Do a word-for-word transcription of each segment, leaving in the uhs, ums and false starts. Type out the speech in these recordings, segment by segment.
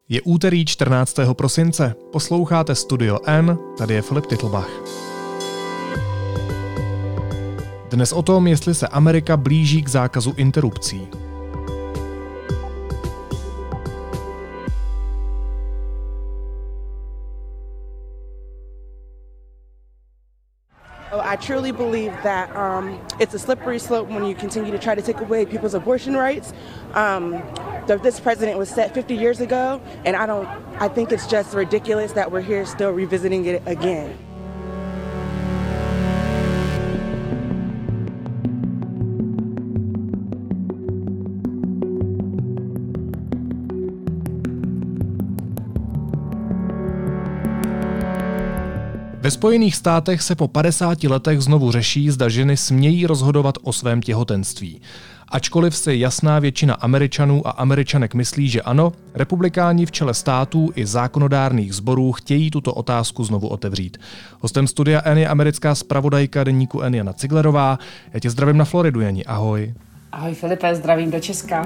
Je úterý čtrnáctého prosince, posloucháte Studio N, tady je Filip Titlbach. Dnes o tom, jestli se Amerika blíží k zákazu interrupcí. I truly believe that um, it's a slippery slope when you continue to try to take away people's abortion rights. Um, the, this president was set fifty years ago, and I don't. I think it's just ridiculous that we're here still revisiting it again. Ve Spojených státech se po padesáti letech znovu řeší, zda ženy smějí rozhodovat o svém těhotenství. Ačkoliv si jasná většina Američanů a Američanek myslí, že ano, republikáni v čele států i zákonodárných sborů chtějí tuto otázku znovu otevřít. Hostem Studia N je americká zpravodajka deníku N Jana Ciglerová. Já tě zdravím na Floridu, Jani. Ahoj. Ahoj Filipe, zdravím do Česka.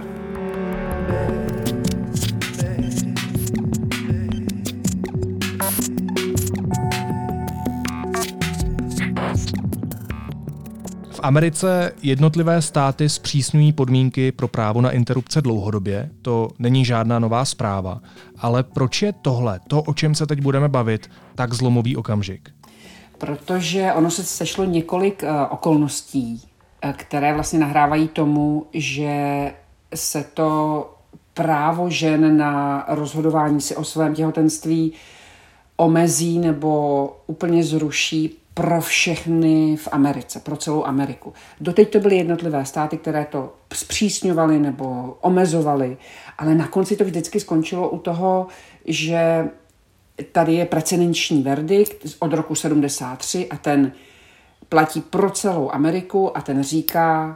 V Americe jednotlivé státy zpřísňují podmínky pro právo na interrupce dlouhodobě. To není žádná nová zpráva. Ale proč je tohle, to, o čem se teď budeme bavit, tak zlomový okamžik? Protože ono se sešlo několik uh, okolností, uh, které vlastně nahrávají tomu, že se to právo žen na rozhodování si o svém těhotenství omezí nebo úplně zruší pro všechny v Americe, pro celou Ameriku. Doteď to byly jednotlivé státy, které to zpřísňovaly nebo omezovaly, ale na konci to vždycky skončilo u toho, že tady je precedenční verdikt od roku sedmdesát tři a ten platí pro celou Ameriku a ten říká,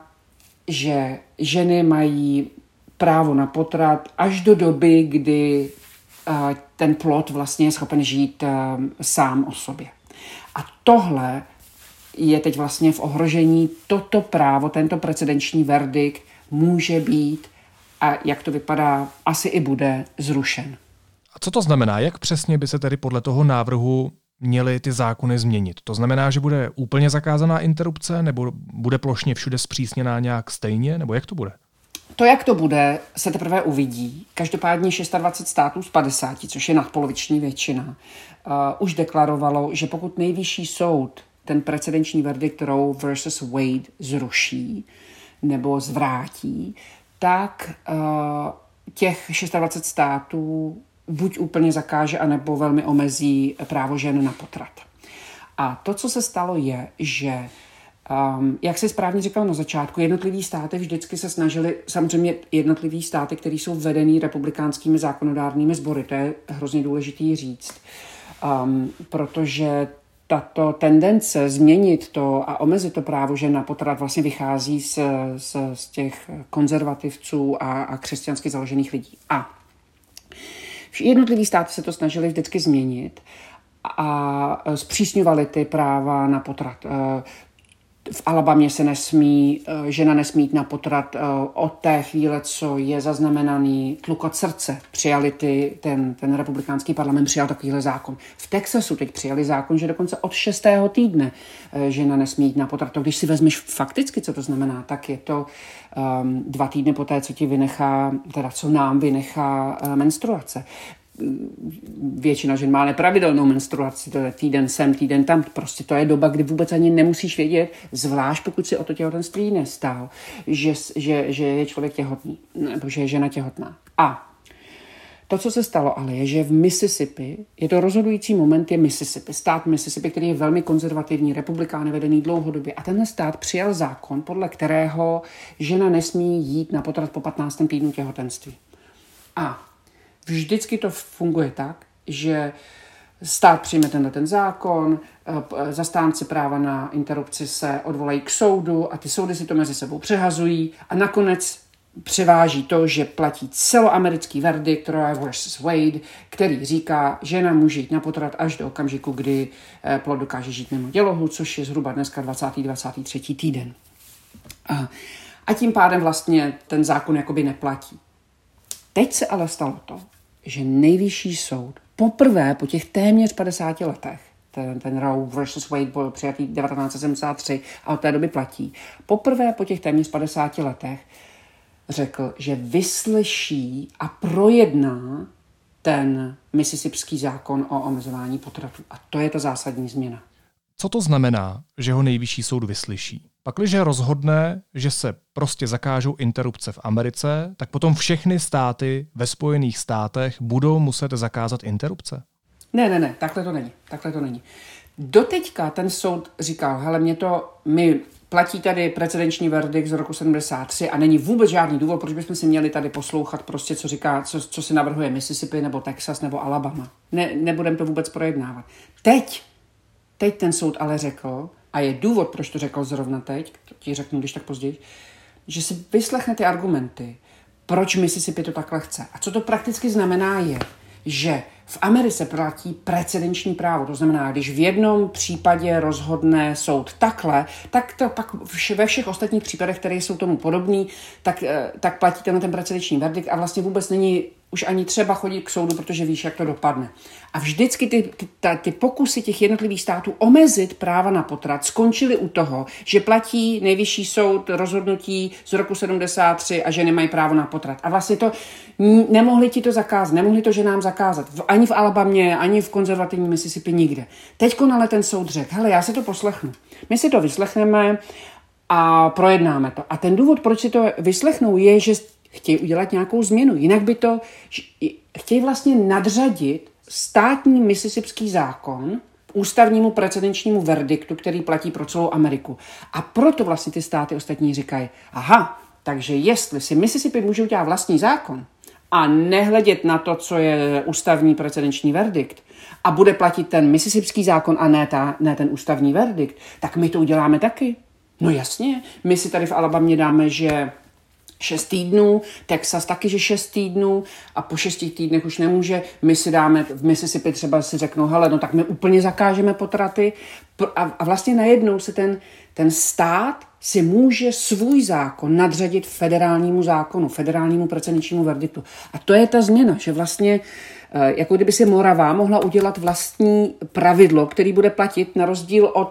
že ženy mají právo na potrat až do doby, kdy uh, ten plod vlastně je schopen žít uh, sám o sobě. A tohle je teď vlastně v ohrožení. Toto právo, tento precedenční verdikt může být a jak to vypadá, asi i bude zrušen. A co to znamená? Jak přesně by se tedy podle toho návrhu měly ty zákony změnit? To znamená, že bude úplně zakázaná interrupce nebo bude plošně všude zpřísněná nějak stejně? Nebo jak to bude? To, jak to bude, se teprve uvidí. Každopádně dvacet šest států z padesáti, což je nadpoloviční většina, uh, už deklarovalo, že pokud nejvyšší soud ten precedenční verdikt Roe versus Wade zruší nebo zvrátí, tak uh, těch dvacet šest států buď úplně zakáže, anebo velmi omezí právo žen na potrat. A to, co se stalo, je, že Um, jak jsi správně říkal na začátku, jednotlivý státy vždycky se snažili, samozřejmě jednotlivý státy, které jsou vedený republikánskými zákonodárnými sbory, to je hrozně důležitý říct, um, protože tato tendence změnit to a omezit to právo žen na potrat vlastně vychází z, z, z těch konzervativců a, a křesťansky založených lidí. A jednotlivý státy se to snažili vždycky změnit a zpřísňovali ty práva na potrat. V Alabamě se nesmí, žena nesmí jít na potrat od té chvíle, co je zaznamenaný tlukot srdce. Přijali ty, ten, ten republikánský parlament přijal takovýhle zákon. V Texasu teď přijali zákon, že dokonce od šestého týdne žena nesmí jít na potrat. To, když si vezmeš fakticky, co to znamená, tak je to um, dva týdny poté, co ti vynechá, teda co nám vynechá uh, menstruace. Většina žen má nepravidelnou menstruaci, to je týden sem, týden tam. Prostě to je doba, kdy vůbec ani nemusíš vědět, zvlášť pokud si o to těhotenství nestál, že, že, že je člověk těhotný, nebo že je žena těhotná. A to, co se stalo ale, je, že v Mississippi, je to rozhodující moment, je Mississippi, stát Mississippi, který je velmi konzervativní, republikány vedený dlouhodobě. A tenhle stát přijal zákon, podle kterého žena nesmí jít na potrat po patnáctém týdnu těhotenství. A vždycky to funguje tak, že stát přijme tenhle ten zákon, zastánci práva na interrupci se odvolají k soudu a ty soudy si to mezi sebou přehazují a nakonec převáží to, že platí celoamerický verdikt Roe versus Wade, který říká, že žena může jít na potrat až do okamžiku, kdy plod dokáže žít mimo dělohu, což je zhruba dneska dvacátý dvacátý třetí týden. A, a tím pádem vlastně ten zákon jakoby neplatí. Teď se ale stalo to, že nejvyšší soud poprvé po těch téměř padesáti letech, ten, ten Roe versus Wade byl přijatý devatenáct set sedmdesát tři a od té doby platí, poprvé po těch téměř padesáti letech řekl, že vyslyší a projedná ten Mississippský zákon o omezování potratu. A to je ta zásadní změna. Co to znamená, že ho nejvyšší soud vyslyší? Pakliže rozhodne, že se prostě zakážou interrupce v Americe, tak potom všechny státy ve Spojených státech budou muset zakázat interrupce? Ne, ne, ne, takhle to není. Takhle to není. Doteďka ten soud říkal, hele, mě to, my platí tady precedenční verdikt z roku sedmdesát tři a není vůbec žádný důvod, proč bychom si měli tady poslouchat prostě, co říká, co, co si navrhuje Mississippi nebo Texas nebo Alabama. Ne, nebudem to vůbec projednávat. Teď, teď ten soud ale řekl, a je důvod, proč to řekl zrovna teď, to ti řeknu, když tak později, že si vyslechne ty argumenty, proč Mississippi to takhle chce. A co to prakticky znamená je, že v Americe platí precedenční právo. To znamená, když v jednom případě rozhodne soud takhle, tak to pak ve všech ostatních případech, které jsou tomu podobný, tak, tak platí ten, ten precedenční verdikt a vlastně vůbec není už ani třeba chodit k soudu, protože víš, jak to dopadne. A vždycky ty, ty, ty pokusy těch jednotlivých států omezit práva na potrat skončily u toho, že platí nejvyšší soud rozhodnutí z roku sedmdesát tři a že nemají právo na potrat. A vlastně to nemohli ti to zakázat, nemohli to ženám zakázat. Ani v Alabamě, ani v konzervativním Mississippi, nikde. Teďko ale ten soud řekl, hele, já si to poslechnu. My si to vyslechneme a projednáme to. A ten důvod, proč si to vyslechnou, je, že chtějí udělat nějakou změnu. Jinak by to, chtějí vlastně nadřadit státní mississipský zákon ústavnímu precedenčnímu verdiktu, který platí pro celou Ameriku. A proto vlastně ty státy ostatní říkají, aha, takže jestli si Mississippi může udělat vlastní zákon a nehledět na to, co je ústavní precedenční verdikt, a bude platit ten mississippský zákon a ne, ta, ne ten ústavní verdikt, tak my to uděláme taky. No jasně, my si tady v Alabamě dáme, že šest týdnů, Texas taky, že šest týdnů a po šesti týdnech už nemůže. My si dáme, v Mississippi třeba si řeknou, hele, no tak my úplně zakážeme potraty a, a vlastně najednou se ten, ten stát si může svůj zákon nadřadit federálnímu zákonu, federálnímu precedenčnímu verdiktu. A to je ta změna, že vlastně jako kdyby si Morava mohla udělat vlastní pravidlo, který bude platit na rozdíl od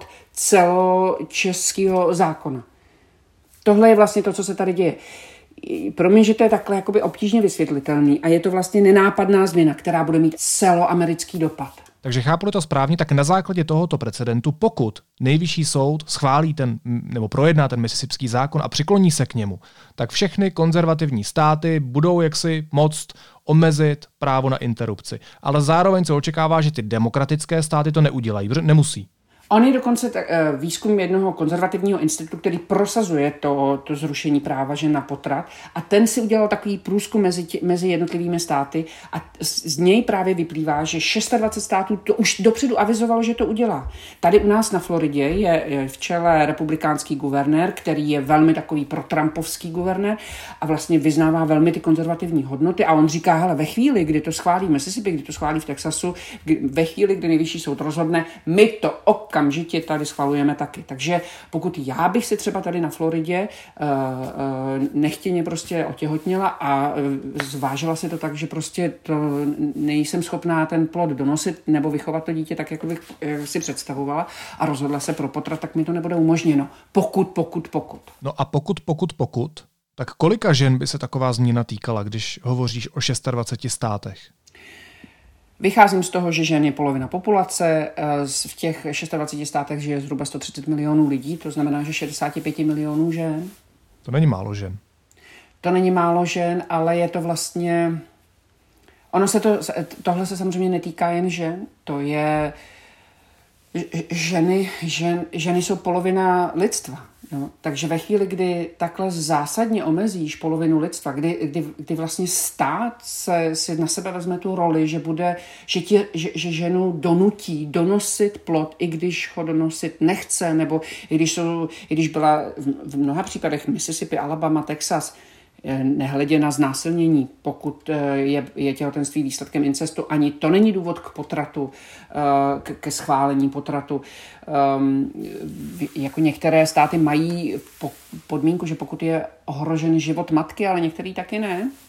celočeského zákona. Tohle je vlastně to, co se tady děje. Pro mě, že to je takhle jakoby obtížně vysvětlitelný a je to vlastně nenápadná změna, která bude mít celoamerický dopad. Takže chápu to správně, tak na základě tohoto precedentu, pokud nejvyšší soud schválí ten, nebo projedná ten Mississippský zákon a přikloní se k němu, tak všechny konzervativní státy budou jaksi moct omezit právo na interrupci. Ale zároveň se očekává, že ty demokratické státy to neudělají, protože nemusí. On je dokonce tak, výzkum jednoho konzervativního institutu, který prosazuje to, to zrušení práva žen na potrat a ten si udělal takový průzkum mezi, tě, mezi jednotlivými státy a z, z něj právě vyplývá, že dvacet šest států to už dopředu avizovalo, že to udělá. Tady u nás na Floridě je, je v čele republikánský guvernér, který je velmi takový protrampovský guvernér a vlastně vyznává velmi ty konzervativní hodnoty a on říká, hele, ve chvíli, kdy to schválí v Mississippi, kdy to schválí v Texasu, kdy, ve chvíli, kdy nejvyšší soud rozhodne, my to ok okamžitě tady schvalujeme taky. Takže pokud já bych se třeba tady na Floridě uh, uh, nechtěně prostě otěhotněla a uh, zvážila si to tak, že prostě to nejsem schopná ten plod donosit nebo vychovat to dítě tak, jak bych uh, si představovala a rozhodla se pro potrat, tak mi to nebude umožněno. Pokud, pokud, pokud. No a pokud, pokud, pokud, tak kolika žen by se taková změna týkala, když hovoříš o dvaceti šesti státech? Vycházím z toho, že žen je polovina populace, v těch dvaceti šesti státech žije zhruba sto třicet milionů lidí, to znamená, že šedesát pět milionů žen. To není málo žen. To není málo žen, ale je to vlastně... Ono se to, tohle se samozřejmě netýká jen žen, to je... Ženy, žen, ženy jsou polovina lidstva. No, takže ve chvíli, kdy takhle zásadně omezíš polovinu lidstva, kdy, kdy, kdy vlastně stát se, si na sebe vezme tu roli, že, bude, že, tě, že, že ženu donutí donosit plod, i když ho donosit nechce, nebo i když, jsou, i když byla v, v mnoha případech Mississippi, Alabama, Texas, nehledě na znásilnění, pokud je, je těhotenství výsledkem incestu, ani to není důvod k potratu, k, ke schválení potratu. Um, jako některé státy mají po, podmínku, že pokud je ohrožen život matky, ale některý taky ne,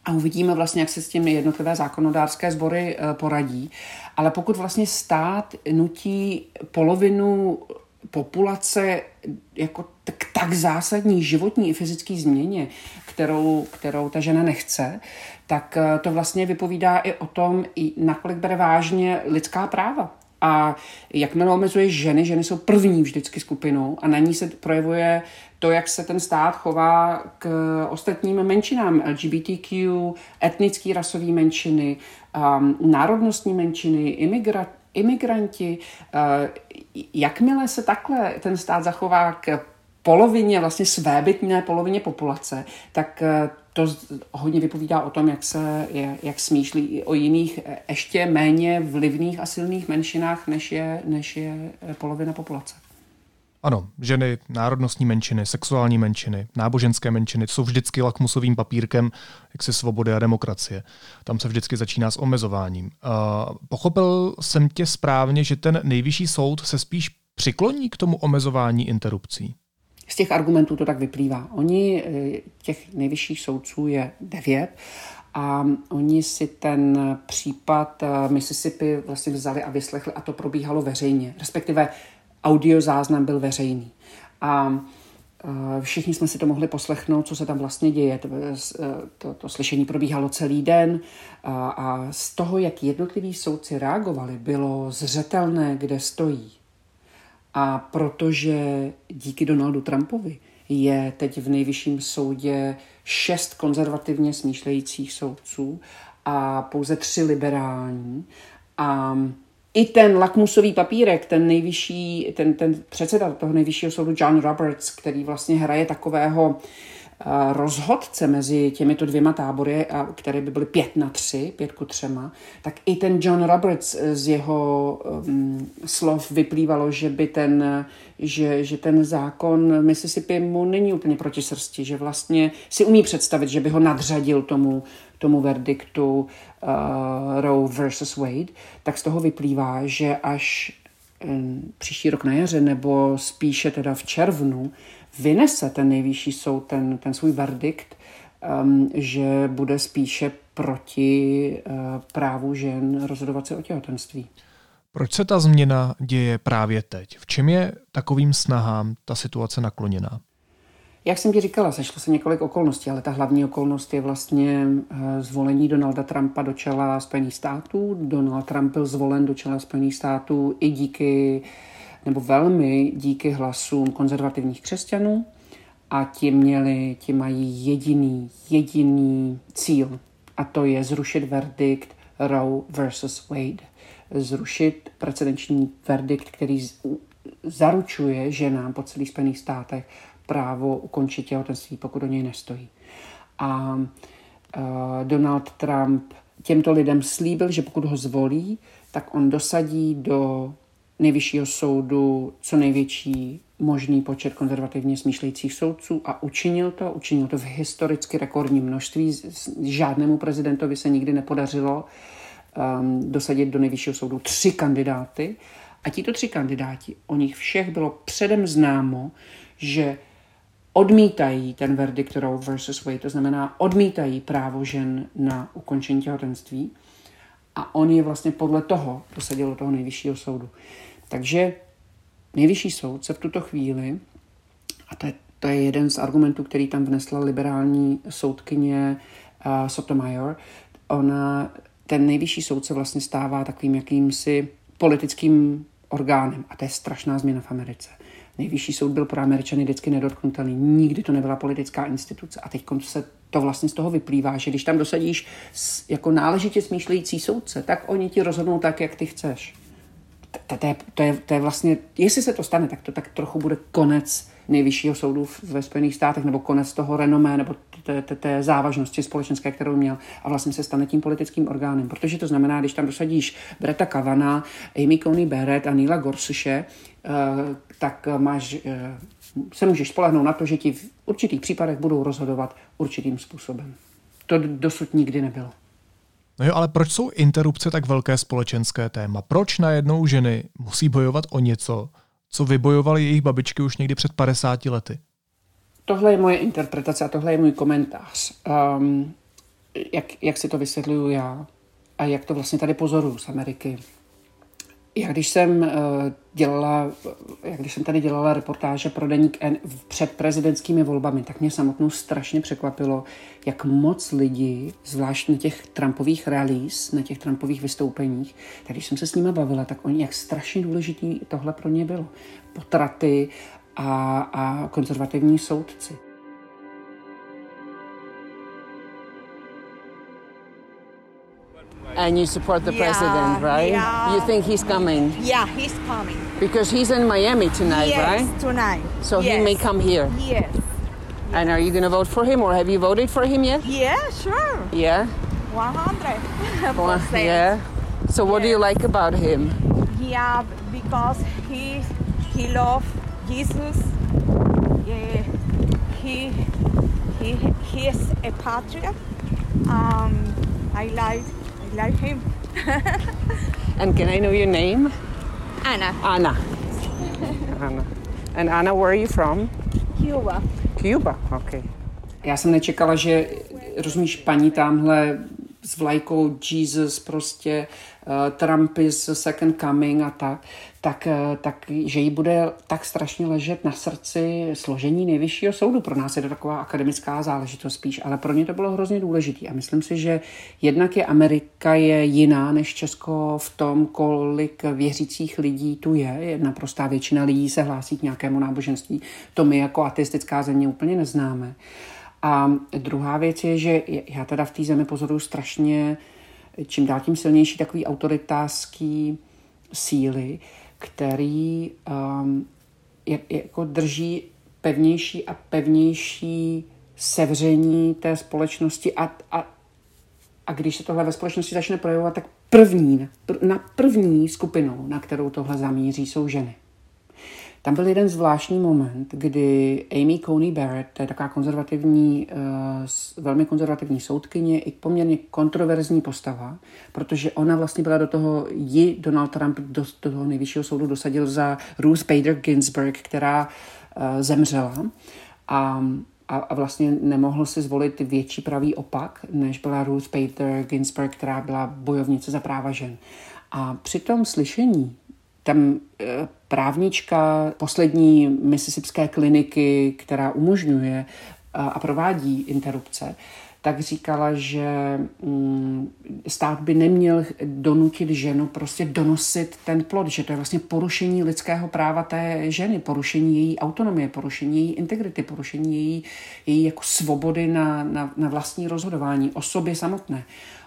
A uvidíme vlastně, jak se s tím jednotlivé zákonodárské sbory poradí. Ale pokud vlastně stát nutí polovinu populace jako tak, tak zásadní životní i fyzické změně, kterou, kterou ta žena nechce, tak to vlastně vypovídá i o tom, i nakolik bere vážně lidská práva. A jakmile omezuje ženy, ženy jsou první vždycky skupinou a na ní se projevuje to, jak se ten stát chová k ostatním menšinám, L G B T Q, etnický rasový menšiny, um, národnostní menšiny, imigra, imigranti. Uh, jakmile se takhle ten stát zachová k polovině, vlastně svébytné polovině populace, tak uh, to hodně vypovídá o tom, jak se jak smýšlí o jiných ještě méně vlivných a silných menšinách, než je, než je polovina populace. Ano, ženy, národnostní menšiny, sexuální menšiny, náboženské menšiny jsou vždycky lakmusovým papírkem jaksi svobody a demokracie. Tam se vždycky začíná s omezováním. Uh, pochopil jsem tě správně, že ten nejvyšší soud se spíš přikloní k tomu omezování interrupcí? Z těch argumentů to tak vyplývá. Oni, těch nejvyšších soudců je devět a oni si ten případ Mississippi vlastně vzali a vyslechli a to probíhalo veřejně. Respektive audiozáznam byl veřejný. A všichni jsme si to mohli poslechnout, co se tam vlastně děje. To, to, to slyšení probíhalo celý den a, a z toho, jak jednotliví soudci reagovali, bylo zřetelné, kde stojí. A protože díky Donaldu Trumpovi je teď v nejvyšším soudě šest konzervativně smýšlejících soudců a pouze tři liberální. A i ten lakmusový papírek, ten nejvyšší, ten, ten předseda toho nejvyššího soudu John Roberts, který vlastně hraje takového rozhodce mezi těmito dvěma tábory, které by byly pět na tři, pět ku třema, tak i ten John Roberts z jeho um, slov vyplývalo, že by ten, že, že ten zákon Mississippi mu není úplně proti srsti, že vlastně si umí představit, že by ho nadřadil tomu, tomu verdiktu uh, Roe versus Wade, tak z toho vyplývá, že až um, příští rok na jaře, nebo spíše teda v červnu, vynese ten nejvyšší soud ten, ten svůj verdikt, um, že bude spíše proti uh, právu žen rozhodovat se o těhotenství. Proč se ta změna děje právě teď? V čem je takovým snahám ta situace nakloněná? Jak jsem ti říkala, sešlo se několik okolností, ale ta hlavní okolnost je vlastně uh, zvolení Donalda Trumpa do čela Spojených států. Donald Trump byl zvolen do čela Spojených států i díky nebo velmi díky hlasům konzervativních křesťanů a ti měli, ti mají jediný, jediný cíl a to je zrušit verdikt Roe versus Wade. Zrušit precedenční verdikt, který zaručuje ženám po celých Spojených státech právo ukončit těhotenství, pokud o něj nestojí. A uh, Donald Trump těmto lidem slíbil, že pokud ho zvolí, tak on dosadí do nejvyššího soudu co největší možný počet konzervativně smýšlejících soudců a učinil to, učinil to v historicky rekordním množství. Žádnému prezidentovi se nikdy nepodařilo um, dosadit do nejvyššího soudu tři kandidáty a tito tři kandidáti, o nich všech bylo předem známo, že odmítají ten verdikt Roe versus Wade, to znamená odmítají právo žen na ukončení těhotenství a on je vlastně podle toho dosadil do toho nejvyššího soudu. Takže nejvyšší soud se v tuto chvíli, a to je, to je jeden z argumentů, který tam vnesla liberální soudkyně uh, Sotomayor, ona, ten nejvyšší soud se vlastně stává takovým jakýmsi politickým orgánem a to je strašná změna v Americe. Nejvyšší soud byl pro Američany vždycky nedotknutelný, nikdy to nebyla politická instituce a teď se to vlastně z toho vyplývá, že když tam dosadíš jako náležitě smýšlející soudce, tak oni ti rozhodnou tak, jak ty chceš. To, to, je, to, je, to je vlastně, jestli se to stane, tak to tak trochu bude konec nejvyššího soudu ve Spojených státech, nebo konec toho renomé, nebo té, té, té závažnosti společenské, kterou měl a vlastně se stane tím politickým orgánem. Protože to znamená, když tam dosadíš Bretta Kavanagha, Amy Coney Barrett a Neila Gorsuche, uh, tak máš, uh, se můžeš spolehnout na to, že ti v určitých případech budou rozhodovat určitým způsobem. To dosud nikdy nebylo. No jo, ale proč jsou interrupce tak velké společenské téma? Proč najednou ženy musí bojovat o něco, co vybojovaly jejich babičky už někdy před padesáti lety? Tohle je moje interpretace a tohle je můj komentář. Um, jak, jak si to vysvětluju já a jak to vlastně tady pozoruju z Ameriky. Já když jsem dělala, jak když jsem tady dělala reportáže pro deník N před prezidentskými volbami, tak mě samotnou strašně překvapilo, jak moc lidí, zvlášť na těch Trumpových rallies, na těch Trumpových vystoupeních, tak když jsem se s nimi bavila, tak oni, jak strašně důležitý tohle pro ně bylo. Potraty a, a konzervativní soudci. And you support the Yeah, president, right? yeah. You think he's coming? Yeah, he's coming. Because he's in Miami tonight, yes, right? tonight. So yes. he may come here. Yes. And are you going to vote for him, or have you voted for him yet? Yeah, sure. Yeah? one hundred Well, percent. yeah. So what do you Yeah. like about him? Yeah, because he he loved Jesus. Yeah, he he he is a patriot. Um, I like I like him. And can I know your name? Anna, Anna. Anna. And Anna, where are you from? Cuba. Cuba, okay. Já jsem nečekala, že, rozumíš, paní tamhle s vlajkou Jesus, prostě uh, Trump is second coming a tak, tak, uh, tak, že jí bude tak strašně ležet na srdci složení nejvyššího soudu. Pro nás je to taková akademická záležitost spíš, ale pro ně to bylo hrozně důležité. A myslím si, že jednak je Amerika je jiná než Česko v tom, kolik věřících lidí tu je. Jedna prostá většina lidí se hlásí k nějakému náboženství. To my jako ateistická země úplně neznáme. A druhá věc je, že já teda v té zemi pozoruju strašně čím dál tím silnější takový autoritářský síly, který um, jak, jako drží pevnější a pevnější sevření té společnosti a, a, a když se tohle ve společnosti začne projevovat, tak první, na první skupinou, na kterou tohle zamíří, jsou ženy. Tam byl jeden zvláštní moment, kdy Amy Coney Barrett, to je taková konzervativní, velmi konzervativní soudkyně, i poměrně kontroverzní postava, protože ona vlastně byla do toho, ji Donald Trump do, do toho nejvyššího soudu dosadil za Ruth Bader Ginsburg, která zemřela a, a, a vlastně nemohl si zvolit větší pravý opak, než byla Ruth Bader Ginsburg, která byla bojovnice za práva žen. A při tom slyšení tam e, právnička poslední mississippské kliniky, která umožňuje a, a provádí interrupce, tak říkala, že mm, stát by neměl donutit ženu prostě donosit ten plod, že to je vlastně porušení lidského práva té ženy, porušení její autonomie, porušení její integrity, porušení její, její jako svobody na, na, na vlastní rozhodování o sobě samotné.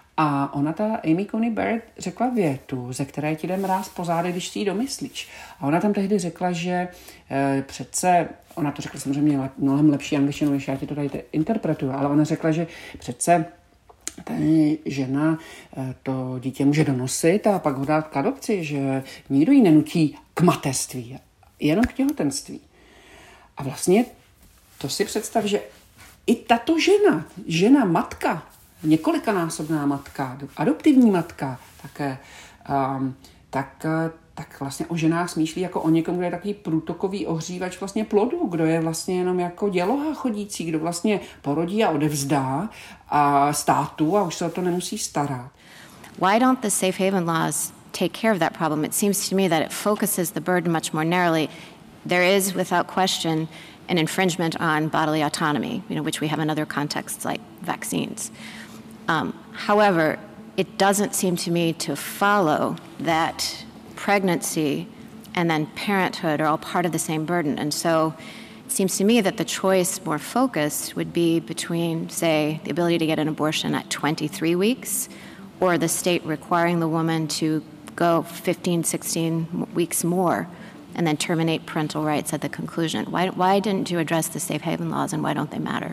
A ona, ta Amy Coney Barrett, řekla větu, ze které ti jde mráz po zádech, když si ji domyslíš. A ona tam tehdy řekla, že e, přece, ona to řekla samozřejmě lep, mnohem lepší angličtinou, než já ti to tady interpretuju, ale ona řekla, že přece ta žena e, to dítě může donosit a pak ho dát k adopci, že nikdo ji nenutí k mateřství, jenom k těhotenství. A vlastně to si představ, že i tato žena, žena, matka, několikanásobná matka, adoptivní matka také, um, tak, tak vlastně o ženách smýšlí jako o někom, kdo je takový průtokový ohřívač vlastně plodu, kdo je vlastně jenom jako děloha chodící, kdo vlastně porodí a odevzdá a státu a už se o to nemusí starat. Why don't the safe haven laws take care of that problem? It seems to me that it focuses the burden much more narrowly. There is, without question, an infringement on bodily autonomy, you know, which we have in other contexts like vaccines. Um, however, it doesn't seem to me to follow that pregnancy and then parenthood are all part of the same burden. And so it seems to me that the choice more focused would be between, say, the ability to get an abortion at twenty-three weeks or the state requiring the woman to go fifteen, sixteen weeks more and then terminate parental rights at the conclusion. Why, why didn't you address the safe haven laws and why don't they matter?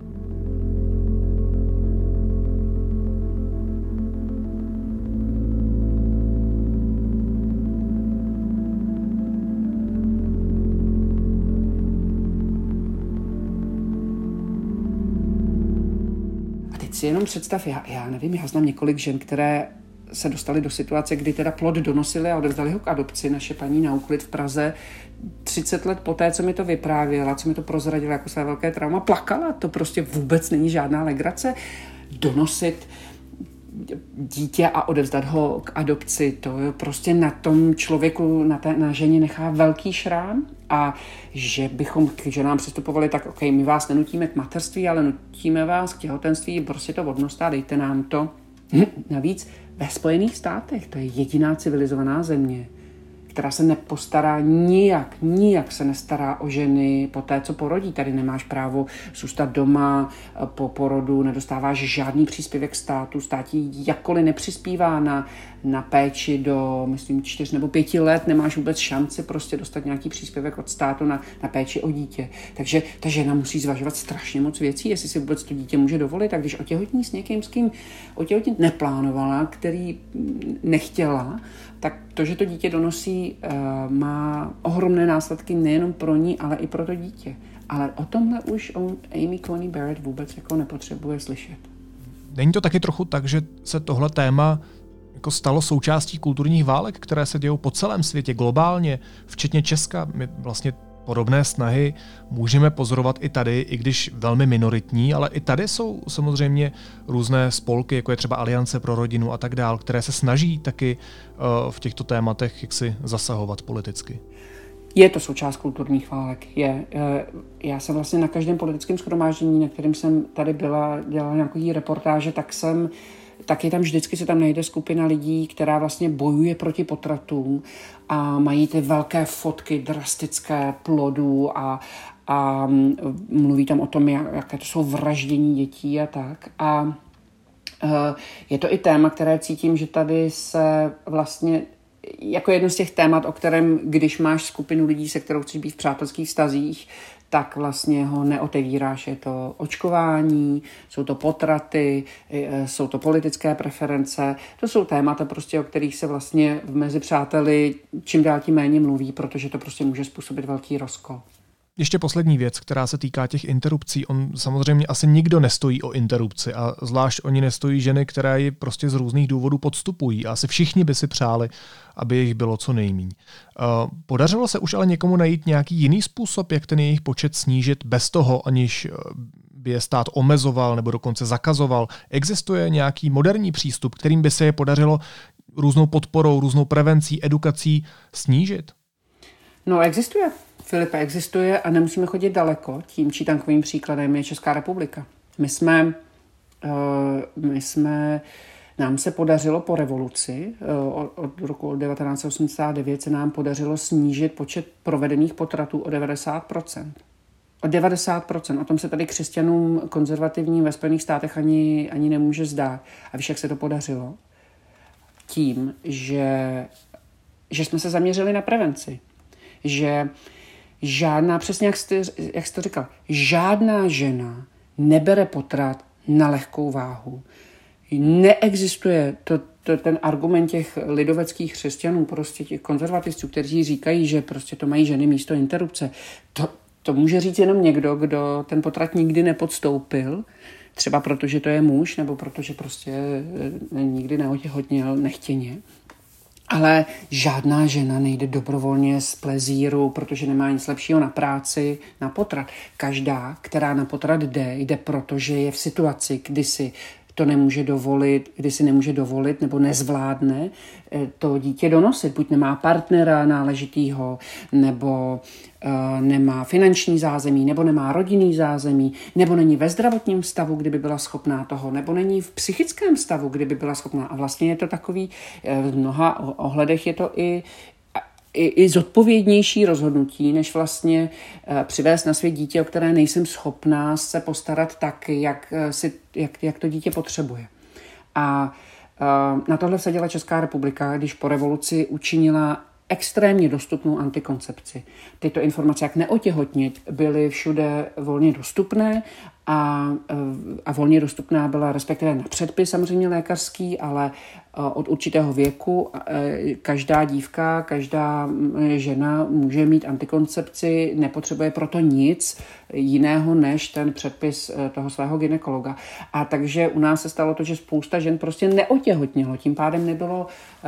Si jenom představ, já, já nevím, já znám několik žen, které se dostaly do situace, kdy teda plod donosili a odevzdali ho k adopci. Naše paní na Euklid v Praze třicet let poté, co mi to vyprávěla, co mi to prozradila jako své velké trauma, plakala. To prostě vůbec není žádná legrace. donosit dítě a odevzdat ho k adopci, to je prostě na tom člověku, na té na ženě nechá velký šrám a že bychom k ženám přistupovali tak, ok, my vás nenutíme k mateřství, ale nutíme vás k těhotenství, prostě to odnoste a dejte nám to. Hm, navíc ve Spojených státech, to je jediná civilizovaná země, která se nepostará nijak, nijak se nestará o ženy po té, co porodí. Tady nemáš právo zůstat doma po porodu, nedostáváš žádný příspěvek státu, stát ti jakkoliv nepřispívá na, na péči do, myslím, čtyř nebo pěti let, nemáš vůbec šanci prostě dostat nějaký příspěvek od státu na, na péči o dítě. Takže ta žena musí zvažovat strašně moc věcí, jestli si vůbec to dítě může dovolit. A když otěhotní s někým, s kým otěhotnit neplánovala, který nechtěla, tak to, že to dítě donosí, má ohromné následky nejenom pro ní, ale i pro to dítě. Ale o tomhle už Amy Coney Barrett vůbec jako nepotřebuje slyšet. Není to taky trochu tak, že se tohle téma jako stalo součástí kulturních válek, které se dějou po celém světě globálně, včetně Česka? My vlastně podobné snahy můžeme pozorovat i tady, i když velmi minoritní, ale i tady jsou samozřejmě různé spolky, jako je třeba Aliance pro rodinu a tak dál, které se snaží taky uh, v těchto tématech jaksi zasahovat politicky. Je to součást kulturních válek. Je. Já jsem vlastně na každém politickém shromáždění, na kterém jsem tady byla, dělala nějaký reportáže, tak jsem tak je tam vždycky se tam najde skupina lidí, která vlastně bojuje proti potratům a mají ty velké fotky drastické plodů a, a mluví tam o tom, jak, jaké to jsou vraždění dětí a tak. A je to i téma, které cítím, že tady se vlastně jako jedno z těch témat, o kterém, když máš skupinu lidí, se kterou chceš být v přátelských vztazích, tak vlastně ho neotevíráš. Je to očkování, jsou to potraty, jsou to politické preference. To jsou témata, prostě, o kterých se vlastně mezi přáteli čím dál tím méně mluví, protože to prostě může způsobit velký rozkol. Ještě poslední věc, která se týká těch interrupcí. On samozřejmě asi nikdo nestojí o interrupci a zvlášť oni nestojí ženy, které ji prostě z různých důvodů podstupují. A asi všichni by si přáli, aby jich bylo co nejméně. Podařilo se už ale někomu najít nějaký jiný způsob, jak ten jejich počet snížit bez toho, aniž by je stát omezoval nebo dokonce zakazoval? Existuje nějaký moderní přístup, kterým by se je podařilo různou podporou, různou prevencí, edukací snížit? No, existuje. Filipe, existuje a nemusíme chodit daleko. Tím čítankovým příkladem je Česká republika. My jsme, uh, my jsme, nám se podařilo po revoluci, uh, od, od roku devatenáct set osmdesát devět se nám podařilo snížit počet provedených potratů o devadesát procent. O devadesát procent. O tom se tady křesťanům konzervativním ve Spojených státech ani, ani nemůže zdát. A víš, jak se to podařilo? Tím, že, že jsme se zaměřili na prevenci. Že žádná, přesně jak jste, jak jste říkal, žádná žena nebere potrat na lehkou váhu. Neexistuje to, to, ten argument těch lidoveckých křesťanů, prostě těch konzervativců, kteří říkají, že prostě to mají ženy místo interrupce. To, to může říct jenom někdo, kdo ten potrat nikdy nepodstoupil, třeba protože to je muž, nebo protože prostě nikdy neotěhotněl nechtěně. Ale žádná žena nejde dobrovolně z plezíru, protože nemá nic lepšího na práci, na potrat. Každá, která na potrat jde, jde proto, že je v situaci, kdy si to nemůže dovolit, kdy si nemůže dovolit nebo nezvládne to dítě donosit. Buď nemá partnera náležitýho, nebo uh, nemá finanční zázemí, nebo nemá rodinný zázemí, nebo není ve zdravotním stavu, kdyby byla schopná toho, nebo není v psychickém stavu, kdyby byla schopná. A vlastně je to takový, v mnoha ohledech je to i I, i zodpovědnější rozhodnutí, než vlastně uh, přivést na svět dítě, o které nejsem schopná se postarat tak, jak, si, jak, jak to dítě potřebuje. A uh, na tohle vsadila Česká republika, když po revoluci učinila extrémně dostupnou antikoncepci. Tyto informace, jak neotěhotnit, byly všude volně dostupné a, a volně dostupná byla respektive na předpis samozřejmě lékařský, ale od určitého věku každá dívka, každá žena může mít antikoncepci, nepotřebuje proto nic jiného než ten předpis toho svého gynekologa. A takže u nás se stalo to, že spousta žen prostě neotěhotnělo, tím pádem nebylo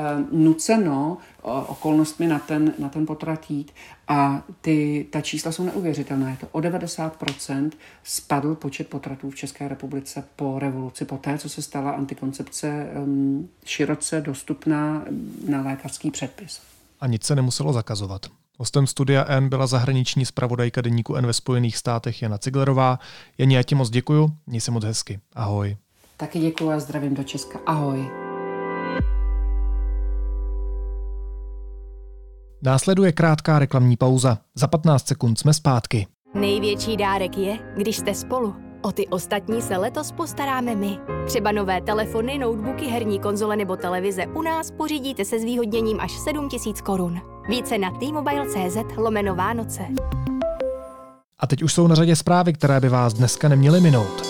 nuceno okolnostmi na ten, na ten potrat jít. A ty, ta čísla jsou neuvěřitelná. Je to o devadesát procent spadl počet počet potratů v České republice po revoluci, po té, co se stala antikoncepce um, široce dostupná na lékařský předpis. A nic se nemuselo zakazovat. Hostem Studia N byla zahraniční zpravodajka deníku N ve Spojených státech Jana Ciglerová. Janě, já ti moc děkuju, měj se moc hezky. Ahoj. Taky děkuju a zdravím do Česka. Ahoj. Následuje krátká reklamní pauza. Za patnáct sekund jsme zpátky. Největší dárek je, když jste spolu. O ty ostatní se letos postaráme my. Třeba nové telefony, notebooky, herní konzole nebo televize u nás pořídíte se zvýhodněním až sedm tisíc korun. Více na t-mobile tečka cé zet lomeno Vánoce. A teď už jsou na řadě zprávy, které by vás dneska neměly minout.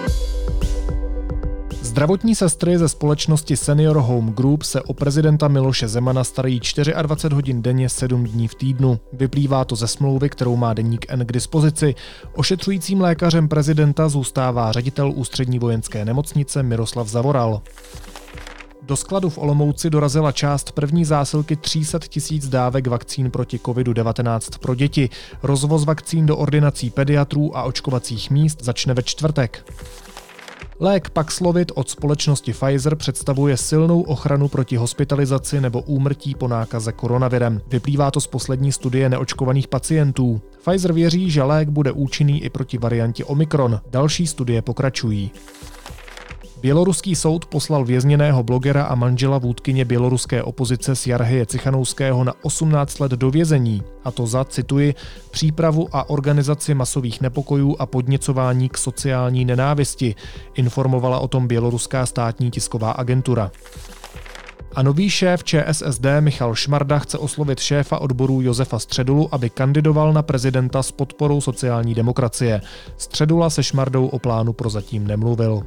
Zdravotní sestry ze společnosti Senior Home Group se o prezidenta Miloše Zemana starají dvacet čtyři hodin denně, sedm dní v týdnu. Vyplývá to ze smlouvy, kterou má deník N k dispozici. Ošetřujícím lékařem prezidenta zůstává ředitel Ústřední vojenské nemocnice Miroslav Zavoral. Do skladu v Olomouci dorazila část první zásilky tři sta tisíc dávek vakcín proti kovidu devatenáct pro děti. Rozvoz vakcín do ordinací pediatrů a očkovacích míst začne ve čtvrtek. Lék Paxlovid od společnosti Pfizer představuje silnou ochranu proti hospitalizaci nebo úmrtí po nákaze koronavirem. Vyplývá to z poslední studie neočkovaných pacientů. Pfizer věří, že lék bude účinný i proti variantě Omikron. Další studie pokračují. Běloruský soud poslal vězněného blogera a manžela vůdkyně běloruské opozice Sjarheje Cichanouského na osmnáct let do vězení, a to za, cituji, přípravu a organizaci masových nepokojů a podněcování k sociální nenávisti, informovala o tom běloruská státní tisková agentura. A nový šéf ČSSD Michal Šmarda chce oslovit šéfa odborů Josefa Středulu, aby kandidoval na prezidenta s podporou sociální demokracie. Středula se Šmardou o plánu prozatím nemluvil.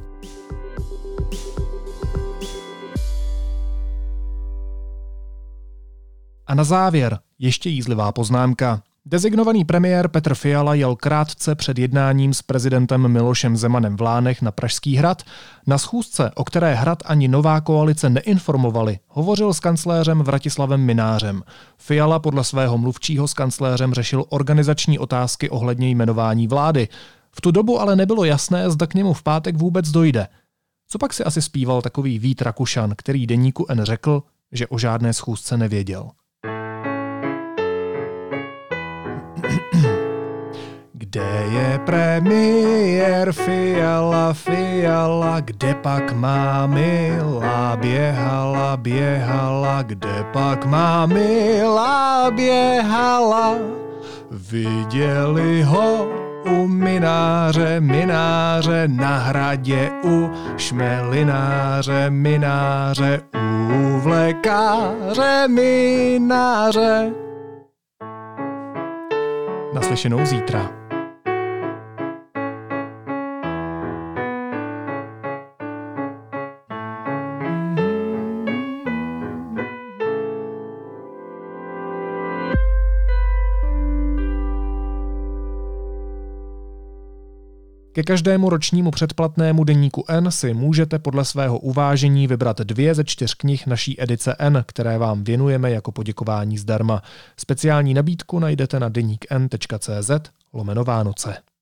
A na závěr ještě jízlivá poznámka. Designovaný premiér Petr Fiala jel krátce před jednáním s prezidentem Milošem Zemanem v Lánech na Pražský hrad. Na schůzce, o které hrad ani nová koalice neinformovali, hovořil s kancléřem Vratislavem Mynářem. Fiala podle svého mluvčího s kancléřem řešil organizační otázky ohledně jmenování vlády. V tu dobu ale nebylo jasné, zda k němu v pátek vůbec dojde. Co pak si asi zpíval takový Vít Rakušan, který deníku N řekl, že o žádné schůzce nevěděl. Kde je premiér Fiala, Fiala, kde pak má Mila běhala, běhala, kde pak má Mila běhala, viděli ho u Mynáře, Mynáře, na hradě u Šmelináře, Mynáře, u vlekáře, Mynáře. Naslyšenou zítra. Ke každému ročnímu předplatnému deníku N si můžete podle svého uvážení vybrat dvě ze čtyř knih naší edice N, které vám věnujeme jako poděkování zdarma. Speciální nabídku najdete na deník n tečka cé zet lomeno Vánoce.